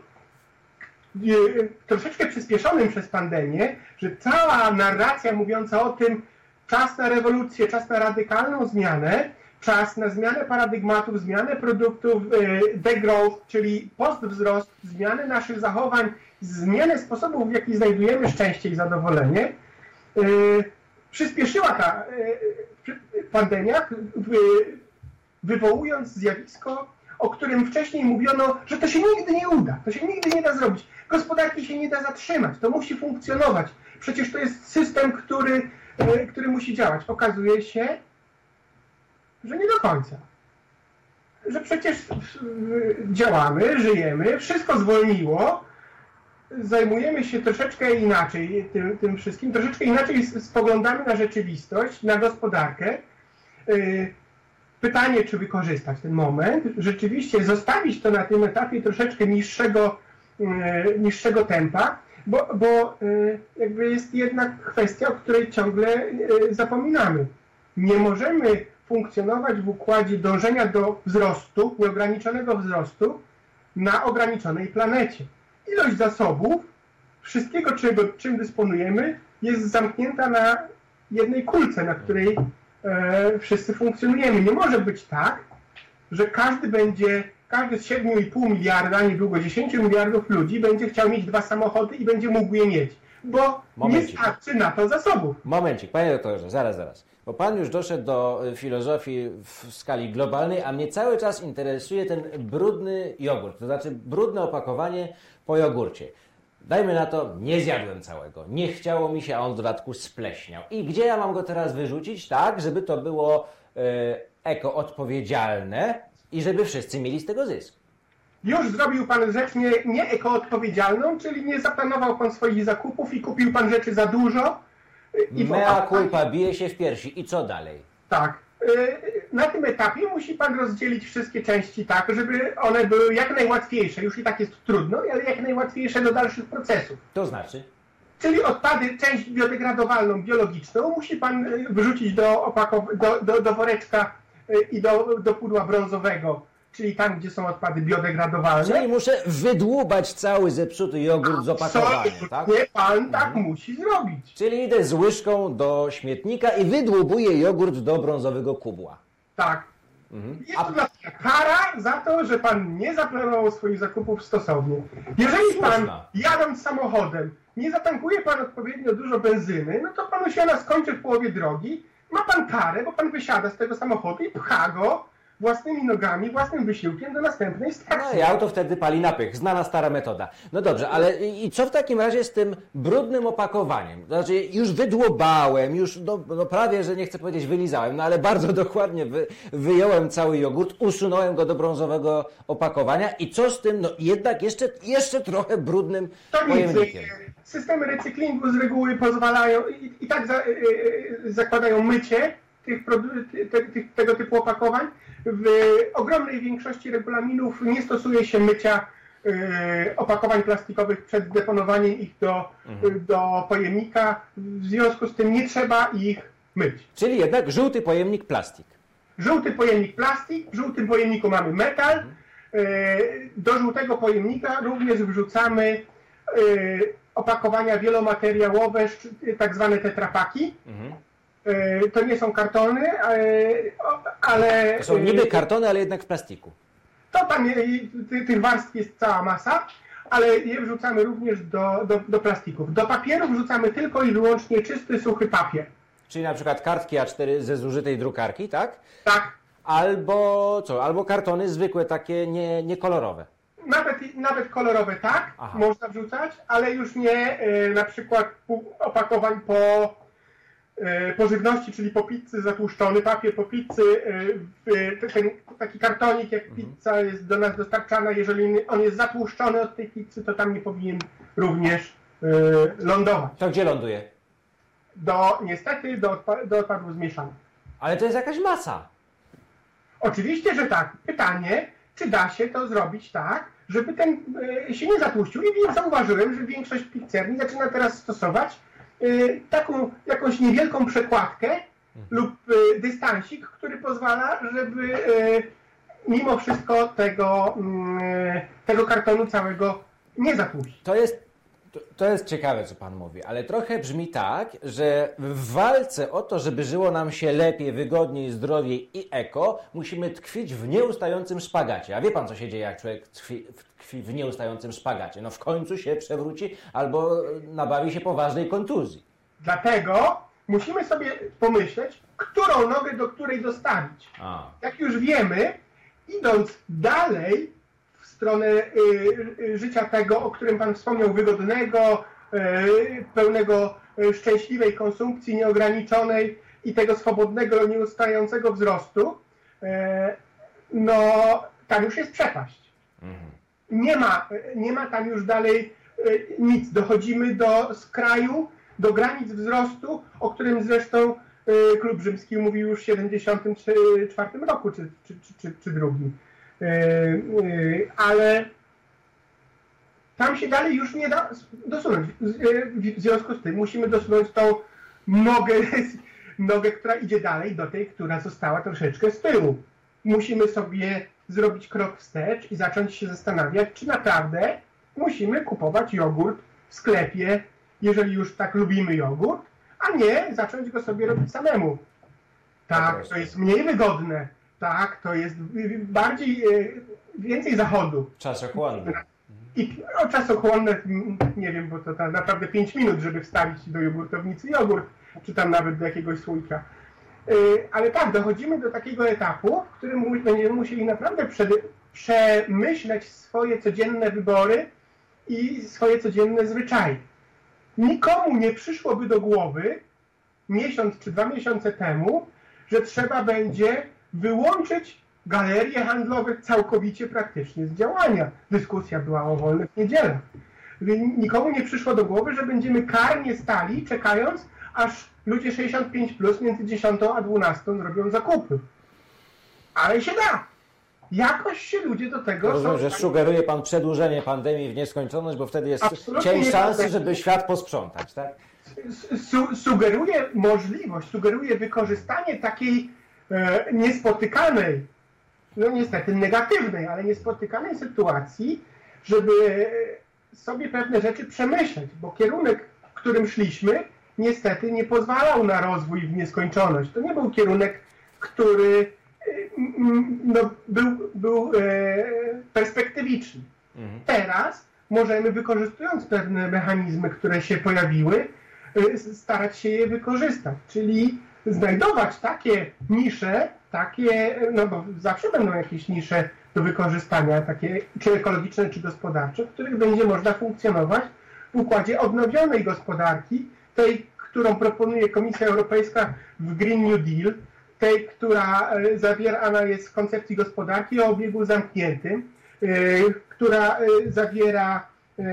troszeczkę przyspieszonym przez pandemię, że cała narracja mówiąca o tym, czas na rewolucję, czas na radykalną zmianę, czas na zmianę paradygmatów, zmianę produktów, degrowth, czyli postwzrost, zmianę naszych zachowań, zmianę sposobów, w jaki znajdujemy szczęście i zadowolenie, przyspieszyła ta pandemia, wywołując zjawisko, o którym wcześniej mówiono, że to się nigdy nie uda, to się nigdy nie da zrobić. Gospodarki się nie da zatrzymać, to musi funkcjonować. Przecież to jest system, który musi działać. Okazuje się, że nie do końca. Że przecież działamy, żyjemy, wszystko zwolniło, zajmujemy się troszeczkę inaczej tym wszystkim, troszeczkę inaczej spoglądamy na rzeczywistość, na gospodarkę. Pytanie, czy wykorzystać ten moment, rzeczywiście zostawić to na tym etapie troszeczkę niższego tempa, bo jakby jest jednak kwestia, o której ciągle zapominamy. Nie możemy funkcjonować w układzie dążenia do wzrostu, nieograniczonego wzrostu na ograniczonej planecie. Ilość zasobów, wszystkiego, czym dysponujemy, jest zamknięta na jednej kulce, na której wszyscy funkcjonujemy. Nie może być tak, że każdy z 7,5 miliarda, niedługo 10 miliardów ludzi będzie chciał mieć 2 samochody i będzie mógł je mieć, bo nie starczy na to zasobów. Momencik, panie doktorze, zaraz. Bo pan już doszedł do filozofii w skali globalnej, a mnie cały czas interesuje ten brudny jogurt, to znaczy brudne opakowanie po jogurcie. Dajmy na to, nie zjadłem całego, nie chciało mi się, a on w dodatku spleśniał. I gdzie ja mam go teraz wyrzucić tak, żeby to było eko-odpowiedzialne i żeby wszyscy mieli z tego zysk? Już zrobił pan rzecz nieekoodpowiedzialną, czyli nie zaplanował pan swoich zakupów i kupił pan rzeczy za dużo. Mea culpa, bije się w piersi. I co dalej? Tak. Na tym etapie musi pan rozdzielić wszystkie części tak, żeby one były jak najłatwiejsze. Już i tak jest trudno, ale jak najłatwiejsze do dalszych procesów. To znaczy? Czyli odpady, część biodegradowalną, biologiczną musi pan wrzucić do woreczka i do pudła brązowego, czyli tam, gdzie są odpady biodegradowalne. Czyli muszę wydłubać cały zepsuty jogurt z opakowania, tak? Nie, pan tak musi zrobić. Czyli idę z łyżką do śmietnika i wydłubuję jogurt do brązowego kubła. Tak. Jest to dla pana kara za to, że pan nie zaplanował swoich zakupów stosownie. Jeżeli pan, jadąc samochodem, nie zatankuje pan odpowiednio dużo benzyny, no to panu się ona skończy w połowie drogi, ma pan karę, bo pan wysiada z tego samochodu i pcha go własnymi nogami, własnym wysiłkiem do następnej stacji. No i auto wtedy pali na pych. Znana stara metoda. No dobrze, ale i co w takim razie z tym brudnym opakowaniem? Znaczy już wydłubałem, już prawie, że nie chcę powiedzieć wylizałem, no ale bardzo dokładnie wyjąłem cały jogurt, usunąłem go do brązowego opakowania i co z tym, no jednak jeszcze trochę brudnym pojemnikiem? Systemy recyklingu z reguły pozwalają i tak zakładają mycie tego typu opakowań. W ogromnej większości regulaminów nie stosuje się mycia opakowań plastikowych przed deponowaniem ich do pojemnika. W związku z tym nie trzeba ich myć. Czyli jednak żółty pojemnik plastik. Żółty pojemnik plastik, w żółtym pojemniku mamy metal. Do żółtego pojemnika również wrzucamy opakowania wielomateriałowe, tak zwane tetrapaki. To nie są kartony, ale... To są niby kartony, ale jednak w plastiku. To tam tych warstw jest cała masa, ale je wrzucamy również do plastików. Do papieru wrzucamy tylko i wyłącznie czysty, suchy papier. Czyli na przykład kartki A4 ze zużytej drukarki, tak? Tak. Albo kartony zwykłe, takie niekolorowe. Nawet kolorowe tak, można wrzucać, ale już nie na przykład opakowań po żywności, czyli po pizzy zatłuszczony papier, po pizzy taki kartonik jak pizza jest do nas dostarczana, jeżeli on jest zatłuszczony od tej pizzy, to tam nie powinien również lądować. To gdzie ląduje? Niestety do odpadów zmieszanych. Ale to jest jakaś masa. Oczywiście, że tak. Pytanie, czy da się to zrobić tak, żeby ten się nie zatłuścił. I zauważyłem, że większość pizzerii zaczyna teraz stosować taką jakąś niewielką przekładkę lub dystansik, który pozwala, żeby mimo wszystko tego kartonu całego nie zatłuścić. To jest ciekawe, co Pan mówi, ale trochę brzmi tak, że w walce o to, żeby żyło nam się lepiej, wygodniej, zdrowiej i eko, musimy tkwić w nieustającym szpagacie. A wie Pan, co się dzieje, jak człowiek tkwi w nieustającym szpagacie? No w końcu się przewróci albo nabawi się poważnej kontuzji. Dlatego musimy sobie pomyśleć, którą nogę do której dostawić. Jak już wiemy, idąc dalej w stronę życia tego, o którym Pan wspomniał, wygodnego, pełnego szczęśliwej konsumpcji, nieograniczonej i tego swobodnego, nieustającego wzrostu, no tam już jest przepaść. Nie ma tam już dalej nic. Dochodzimy do skraju, do granic wzrostu, o którym zresztą Klub Rzymski mówił już w 1974 roku, czy drugim. Ale tam się dalej już nie da dosunąć. W związku z tym musimy dosunąć tą nogę, która idzie dalej, do tej, która została troszeczkę z tyłu. Musimy sobie zrobić krok wstecz i zacząć się zastanawiać, czy naprawdę musimy kupować jogurt w sklepie, jeżeli już tak lubimy jogurt, a nie zacząć go sobie robić samemu. Tak, to jest mniej wygodne. Tak, to jest więcej zachodu. Czasochłonne. I czasochłonne, nie wiem, bo to naprawdę 5 minut, żeby wstawić do jogurtownicy jogurt, czy tam nawet do jakiegoś słoika. Ale tak, dochodzimy do takiego etapu, w którym będziemy musieli naprawdę przemyśleć swoje codzienne wybory i swoje codzienne zwyczaje. Nikomu nie przyszłoby do głowy miesiąc czy 2 miesiące temu, że trzeba będzie wyłączyć galerie handlowe całkowicie praktycznie z działania. Dyskusja była o wolnych niedzielach. Nikomu nie przyszło do głowy, że będziemy karnie stali, czekając, aż ludzie 65 plus między 10 a 12 zrobią zakupy. Ale się da. Jakoś się ludzie do tego... Rozumiem, że sugeruje pan przedłużenie pandemii w nieskończoność, bo wtedy jest cień szansy, żeby świat posprzątać, tak? Sugeruje możliwość, sugeruje wykorzystanie takiej niespotykanej, no niestety negatywnej, ale niespotykanej sytuacji, żeby sobie pewne rzeczy przemyśleć, bo kierunek, w którym szliśmy, niestety nie pozwalał na rozwój w nieskończoność. To nie był kierunek, który no, był perspektywiczny. Teraz możemy, wykorzystując pewne mechanizmy, które się pojawiły, starać się je wykorzystać, czyli znajdować takie nisze, no bo zawsze będą jakieś nisze do wykorzystania, takie czy ekologiczne, czy gospodarcze, w których będzie można funkcjonować w układzie odnowionej gospodarki, tej, którą proponuje Komisja Europejska w Green New Deal, tej, która zawierana jest w koncepcji gospodarki o obiegu zamkniętym, która zawiera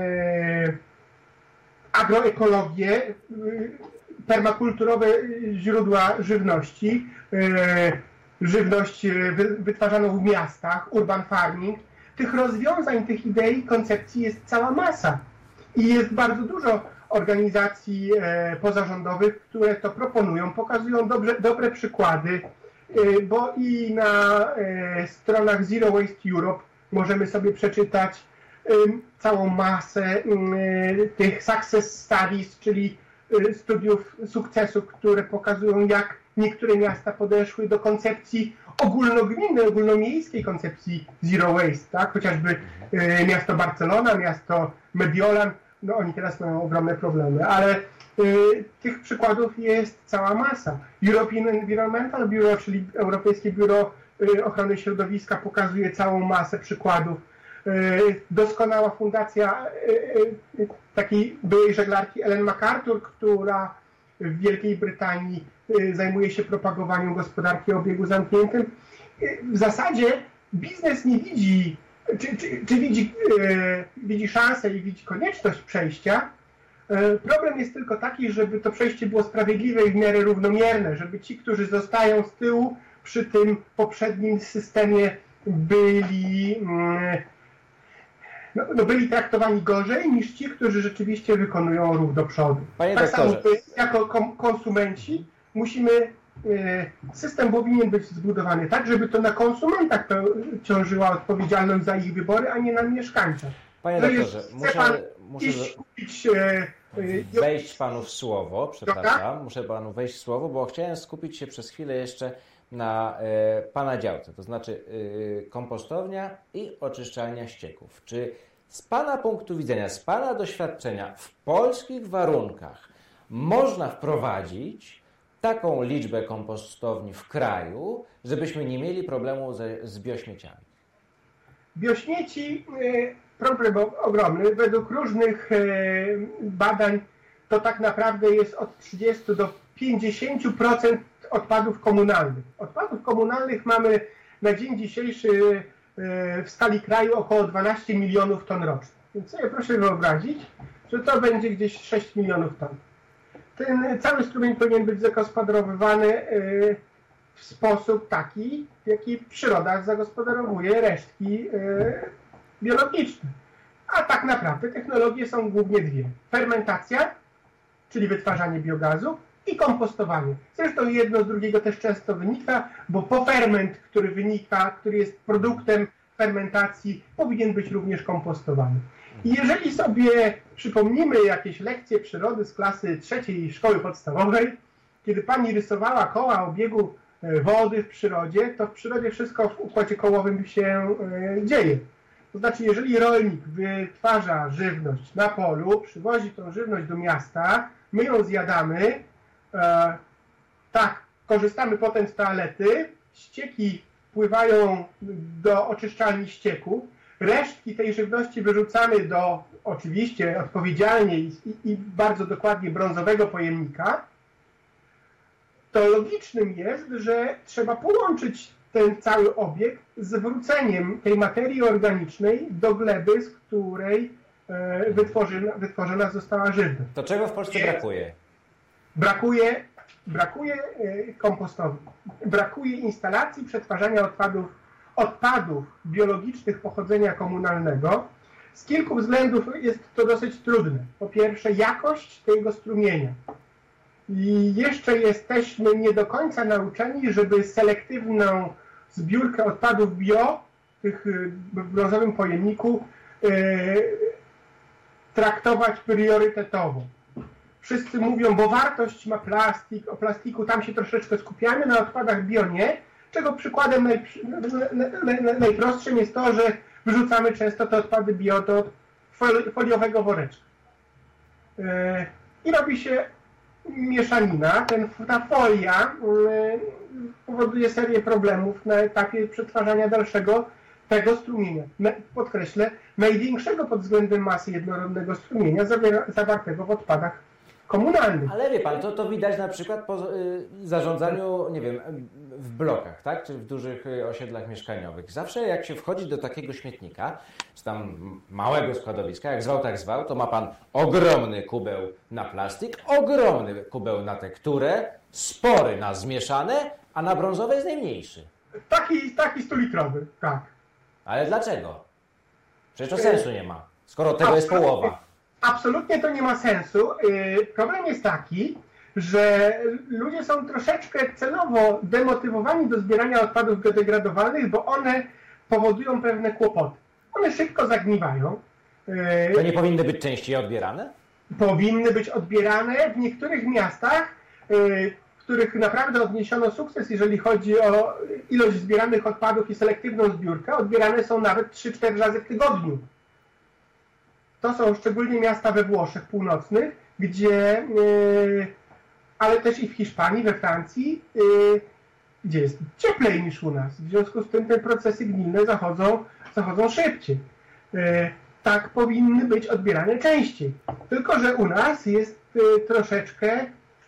agroekologię, permakulturowe źródła żywności, żywność wytwarzaną w miastach, urban farming. Tych rozwiązań, tych idei, koncepcji jest cała masa. I jest bardzo dużo organizacji pozarządowych, które to proponują, pokazują dobre przykłady, bo i na stronach Zero Waste Europe możemy sobie przeczytać całą masę tych success studies, czyli studiów sukcesu, które pokazują, jak niektóre miasta podeszły do koncepcji ogólnogminnej, ogólnomiejskiej koncepcji Zero Waste, tak? Chociażby miasto Barcelona, miasto Mediolan, no oni teraz mają ogromne problemy, ale tych przykładów jest cała masa. European Environmental Bureau, czyli Europejskie Biuro Ochrony Środowiska, pokazuje całą masę przykładów. Doskonała fundacja takiej byłej żeglarki Ellen MacArthur, która w Wielkiej Brytanii zajmuje się propagowaniem gospodarki o obiegu zamkniętym. W zasadzie biznes nie widzi, czy widzi szansę i widzi konieczność przejścia. Problem jest tylko taki, żeby to przejście było sprawiedliwe i w miarę równomierne, żeby ci, którzy zostają z tyłu przy tym poprzednim systemie byli traktowani gorzej niż ci, którzy rzeczywiście wykonują ruch do przodu. Panie tak doktorze, samo jako konsumenci musimy, system powinien być zbudowany tak, żeby to na konsumentach ciążyła odpowiedzialność za ich wybory, a nie na mieszkańcach. Panie doktorze, muszę kupić, wejść panu w słowo, przepraszam, muszę panu wejść w słowo, bo chciałem skupić się przez chwilę jeszcze na pana działce, to znaczy kompostownia i oczyszczalnia ścieków. Czy z pana punktu widzenia, z pana doświadczenia w polskich warunkach można wprowadzić taką liczbę kompostowni w kraju, żebyśmy nie mieli problemu z biośmieciami? Biośmieci, problem ogromny. Według różnych badań to tak naprawdę jest od 30 do 50% odpadów komunalnych. Odpadów komunalnych mamy na dzień dzisiejszy w skali kraju około 12 milionów ton rocznie. Więc sobie proszę wyobrazić, że to będzie gdzieś 6 milionów ton. Ten cały strumień powinien być zagospodarowywany w sposób taki, w jaki przyroda zagospodarowuje resztki biologiczne. A tak naprawdę technologie są głównie dwie. Fermentacja, czyli wytwarzanie biogazu, i kompostowanie. Zresztą jedno z drugiego też często wynika, bo poferment, który jest produktem fermentacji, powinien być również kompostowany. I jeżeli sobie przypomnimy jakieś lekcje przyrody z klasy 3 szkoły podstawowej, kiedy pani rysowała koła obiegu wody w przyrodzie, to w przyrodzie wszystko w układzie kołowym się dzieje. To znaczy, jeżeli rolnik wytwarza żywność na polu, przywozi tą żywność do miasta, my ją zjadamy, tak, korzystamy potem z toalety, ścieki pływają do oczyszczalni ścieków, resztki tej żywności wyrzucamy do, oczywiście odpowiedzialnie i bardzo dokładnie brązowego pojemnika, to logicznym jest, że trzeba połączyć ten cały obieg zwróceniem tej materii organicznej do gleby, z której wytworzona została żywność. To czego w Polsce brakuje? Brakuje kompostowi. Brakuje instalacji przetwarzania odpadów biologicznych pochodzenia komunalnego. Z kilku względów jest to dosyć trudne. Po pierwsze, jakość tego strumienia. I jeszcze jesteśmy nie do końca nauczeni, żeby selektywną zbiórkę odpadów bio w brązowym pojemniku traktować priorytetowo. Wszyscy mówią, bo wartość ma plastik, o plastiku tam się troszeczkę skupiamy, na odpadach bio nie, czego przykładem najprostszym jest to, że wyrzucamy często te odpady bio do foliowego woreczka. I robi się mieszanina. Ta folia powoduje serię problemów na etapie przetwarzania dalszego tego strumienia. Podkreślę, największego pod względem masy jednorodnego strumienia zawartego w odpadach komunalnych. Ale wie pan, to widać na przykład po zarządzaniu, nie wiem, w blokach, tak? Czy w dużych osiedlach mieszkaniowych. Zawsze jak się wchodzi do takiego śmietnika, czy tam małego składowiska, jak zwał, tak zwał, to ma pan ogromny kubeł na plastik, ogromny kubeł na tekturę, spory na zmieszane, a na brązowe jest najmniejszy. Taki 100-litrowy, tak. Ale dlaczego? Przecież to sensu nie ma, skoro tego jest połowa. Absolutnie to nie ma sensu. Problem jest taki, że ludzie są troszeczkę celowo demotywowani do zbierania odpadów biodegradowalnych, bo one powodują pewne kłopoty. One szybko zagniwają. To nie powinny być częściej odbierane? Powinny być odbierane w niektórych miastach, w których naprawdę odniesiono sukces, jeżeli chodzi o ilość zbieranych odpadów i selektywną zbiórkę. Odbierane są nawet 3-4 razy w tygodniu. To są szczególnie miasta we Włoszech północnych, gdzie, ale też i w Hiszpanii, we Francji, gdzie jest cieplej niż u nas. W związku z tym te procesy gnilne zachodzą szybciej. Tak powinny być odbierane częściej. Tylko że u nas jest troszeczkę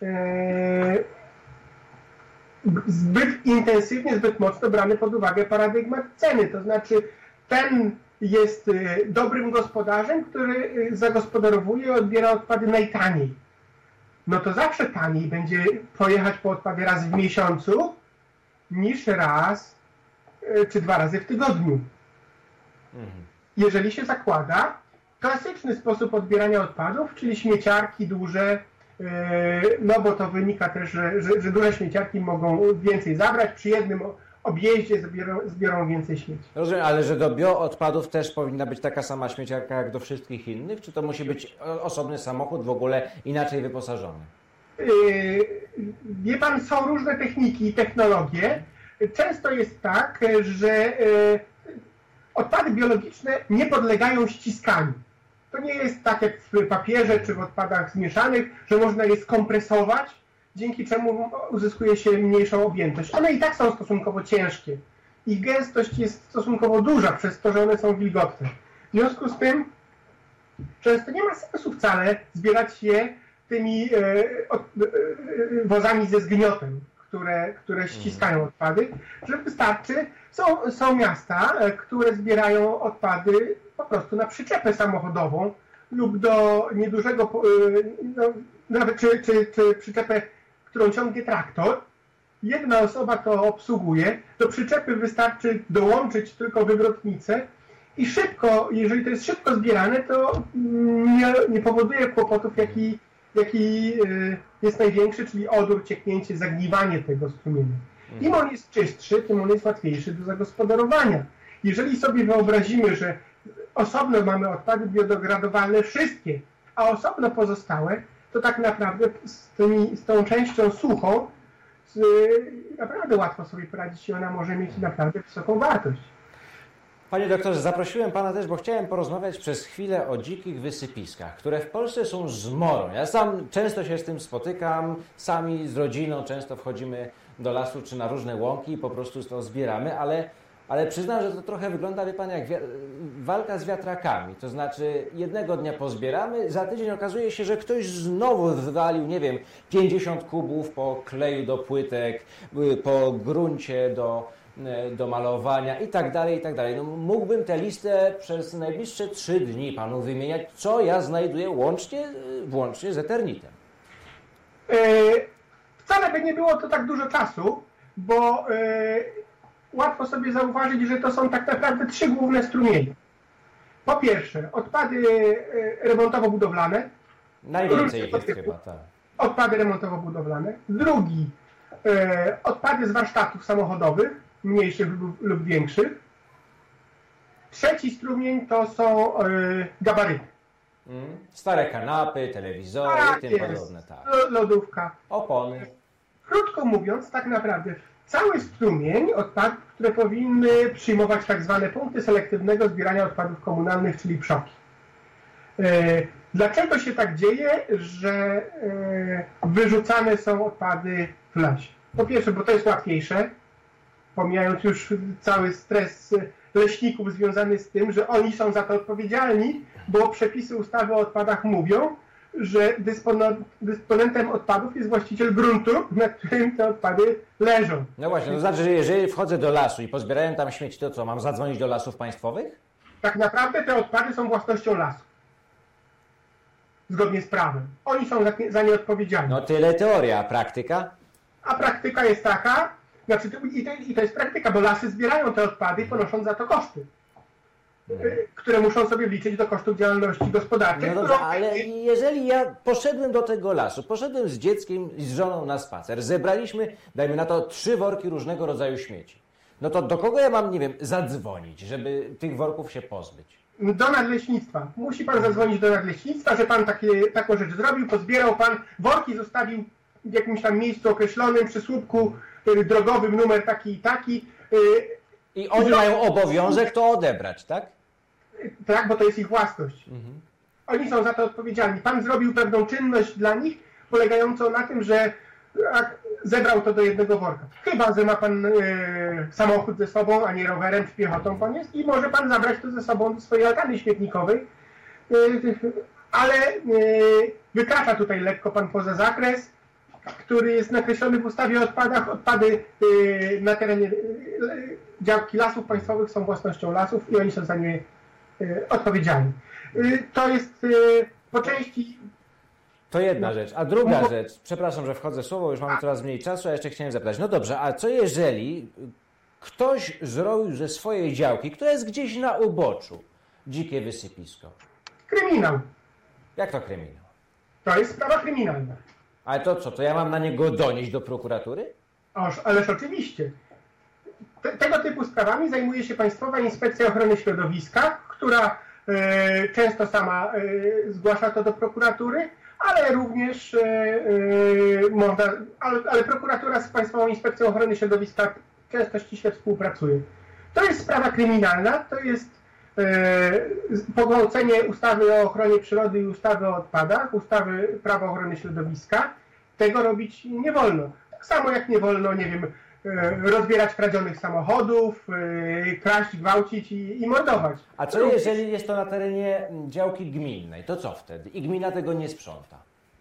zbyt intensywnie, zbyt mocno brany pod uwagę paradygmat ceny. To znaczy ten jest dobrym gospodarzem, który zagospodarowuje i odbiera odpady najtaniej. No to zawsze taniej będzie pojechać po odpady raz w miesiącu, niż raz czy 2 razy w tygodniu. Jeżeli się zakłada klasyczny sposób odbierania odpadów, czyli śmieciarki duże, no bo to wynika też, że duże śmieciarki mogą więcej zabrać, przy jednym objeździe zbiorą więcej śmieci. Rozumiem, ale że do bioodpadów też powinna być taka sama śmieciarka jak do wszystkich innych? Czy to musi być osobny samochód, w ogóle inaczej wyposażony? Wie pan, są różne techniki i technologie. Często jest tak, że odpady biologiczne nie podlegają ściskaniu. To nie jest tak jak w papierze czy w odpadach zmieszanych, że można je skompresować, dzięki czemu uzyskuje się mniejszą objętość. One i tak są stosunkowo ciężkie. Ich gęstość jest stosunkowo duża przez to, że one są wilgotne. W związku z tym często nie ma sensu wcale zbierać je tymi wozami ze zgniotem, które ściskają odpady, że wystarczy. Są miasta, które zbierają odpady po prostu na przyczepę samochodową lub do niedużego, nawet czy przyczepę, którą ciągnie traktor. Jedna osoba to obsługuje. Do przyczepy wystarczy dołączyć tylko wywrotnicę i szybko, jeżeli to jest szybko zbierane, to nie powoduje kłopotów, jaki jest największy, czyli odór, cieknięcie, zagniwanie tego strumienia. Im on jest czystszy, tym on jest łatwiejszy do zagospodarowania. Jeżeli sobie wyobrazimy, że osobno mamy odpady biodegradowalne wszystkie, a osobno pozostałe, to tak naprawdę z tą częścią suchą naprawdę łatwo sobie poradzić i ona może mieć naprawdę wysoką wartość. Panie doktorze, zaprosiłem pana też, bo chciałem porozmawiać przez chwilę o dzikich wysypiskach, które w Polsce są zmorą. Ja sam często się z tym spotykam, sami z rodziną często wchodzimy do lasu czy na różne łąki i po prostu to zbieramy, ale przyznam, że to trochę wygląda, wie pan, jak walka z wiatrakami. To znaczy jednego dnia pozbieramy, za tydzień okazuje się, że ktoś znowu wywalił, nie wiem, 50 kubów po kleju do płytek, po gruncie do malowania i tak dalej, i tak dalej. No, mógłbym tę listę przez najbliższe 3 dni panu wymieniać, co ja znajduję włącznie z Eternitem. Wcale by nie było to tak dużo czasu, bo łatwo sobie zauważyć, że to są tak naprawdę 3 główne strumienie. Po pierwsze, odpady remontowo-budowlane. Najwięcej ich jest chyba, tak. Odpady remontowo-budowlane. Drugi, odpady z warsztatów samochodowych, mniejszych lub większych. Trzeci strumień to są gabaryty. Stare kanapy, telewizory i tym podobne. Tak. Lodówka. Opony. Krótko mówiąc, tak naprawdę cały strumień odpadów, które powinny przyjmować tak zwane punkty selektywnego zbierania odpadów komunalnych, czyli PSZOK-i. Dlaczego się tak dzieje, że wyrzucane są odpady w lesie? Po pierwsze, bo to jest łatwiejsze, pomijając już cały stres leśników związany z tym, że oni są za to odpowiedzialni, bo przepisy ustawy o odpadach mówią, że dysponentem odpadów jest właściciel gruntu, na którym te odpady leżą. No właśnie, to znaczy, że jeżeli wchodzę do lasu i pozbierałem tam śmieci, to co, mam zadzwonić do Lasów Państwowych? Tak naprawdę te odpady są własnością lasu. Zgodnie z prawem. Oni są za nie odpowiedzialni. No tyle teoria, a praktyka? A praktyka jest taka, znaczy i to jest praktyka, bo lasy zbierają te odpady, ponosząc za to koszty, które muszą sobie wliczyć do kosztów działalności gospodarczej. No dobrze, ale jeżeli ja poszedłem do tego lasu, poszedłem z dzieckiem i z żoną na spacer, zebraliśmy, dajmy na to, 3 worki różnego rodzaju śmieci, no to do kogo ja mam, nie wiem, zadzwonić, żeby tych worków się pozbyć? Do nadleśnictwa. Musi pan zadzwonić do nadleśnictwa, że pan taką rzecz zrobił, pozbierał pan, worki zostawił w jakimś tam miejscu określonym, przy słupku drogowym, numer taki i taki. I oni mają obowiązek to odebrać, tak? Tak, bo to jest ich własność. Oni są za to odpowiedzialni. Pan zrobił pewną czynność dla nich, polegającą na tym, że zebrał to do jednego worka. Chyba, że ma pan samochód ze sobą, a nie rowerem czy piechotą pan jest i może pan zabrać to ze sobą do swojej altany śmietnikowej, ale wykracza tutaj lekko pan poza zakres, który jest nakreślony w ustawie o odpadach. Odpady na terenie działki lasów państwowych są własnością lasów i oni są za nie odpowiedzialni. To jest po części... To jedna rzecz. A druga rzecz, przepraszam, że wchodzę w słowo, już mamy coraz mniej czasu, a jeszcze chciałem zapytać. No dobrze, a co jeżeli ktoś zrobił ze swojej działki, która jest gdzieś na uboczu, dzikie wysypisko? Kryminał. Jak to kryminał? To jest sprawa kryminalna. Ale to co, to ja mam na niego donieść do prokuratury? Ależ oczywiście. Tego typu sprawami zajmuje się Państwowa Inspekcja Ochrony Środowiska, która często sama zgłasza to do prokuratury, ale również ale prokuratura z Państwową Inspekcją Ochrony Środowiska często ściśle współpracuje. To jest sprawa kryminalna, to jest pogwałcenie ustawy o ochronie przyrody i ustawy o odpadach, ustawy Prawo ochrony środowiska. Tego robić nie wolno. Tak samo jak nie wolno, nie wiem, rozbierać kradzionych samochodów, kraść, gwałcić i mordować. A co jeżeli jest to na terenie działki gminnej? To co wtedy? I gmina tego nie sprząta?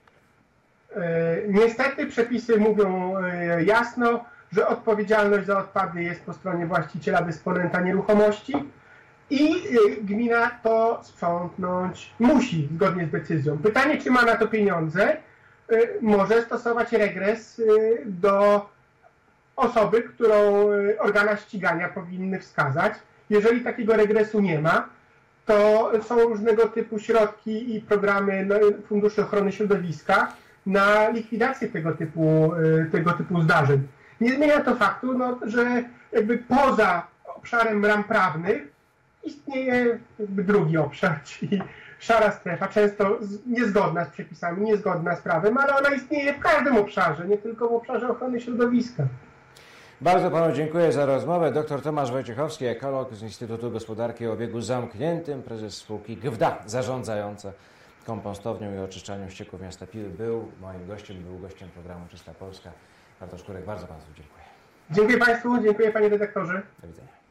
Niestety przepisy mówią jasno, że odpowiedzialność za odpady jest po stronie właściciela, dysponenta nieruchomości i gmina to sprzątnąć musi zgodnie z decyzją. Pytanie, czy ma na to pieniądze? Może stosować regres do osoby, którą organa ścigania powinny wskazać. Jeżeli takiego regresu nie ma, to są różnego typu środki i programy Funduszy Ochrony Środowiska na likwidację tego typu zdarzeń. Nie zmienia to faktu, że jakby poza obszarem ram prawnych istnieje jakby drugi obszar, czyli szara strefa, często niezgodna z przepisami, niezgodna z prawem, ale ona istnieje w każdym obszarze, nie tylko w obszarze ochrony środowiska. Bardzo panu dziękuję za rozmowę. Dr Tomasz Wojciechowski, ekolog z Instytutu Gospodarki o Obiegu Zamkniętym, prezes spółki GWDA, zarządzająca kompostownią i oczyszczalnią ścieków miasta Piły, był moim gościem, był gościem programu Czysta Polska. Bartosz Kurek, bardzo panu dziękuję. Dziękuję państwu, dziękuję panie redaktorze. Do widzenia.